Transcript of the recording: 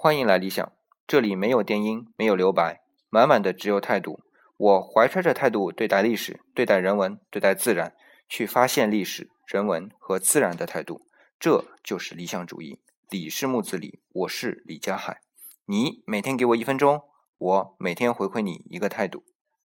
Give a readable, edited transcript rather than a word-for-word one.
欢迎来理想，这里没有电音，没有留白，满满的只有态度。我怀揣着态度对待历史，对待人文，对待自然，去发现历史、人文和自然的态度，这就是理想主义。李是木子李，我是李家海。你每天给我1分钟，我每天回馈你一个态度。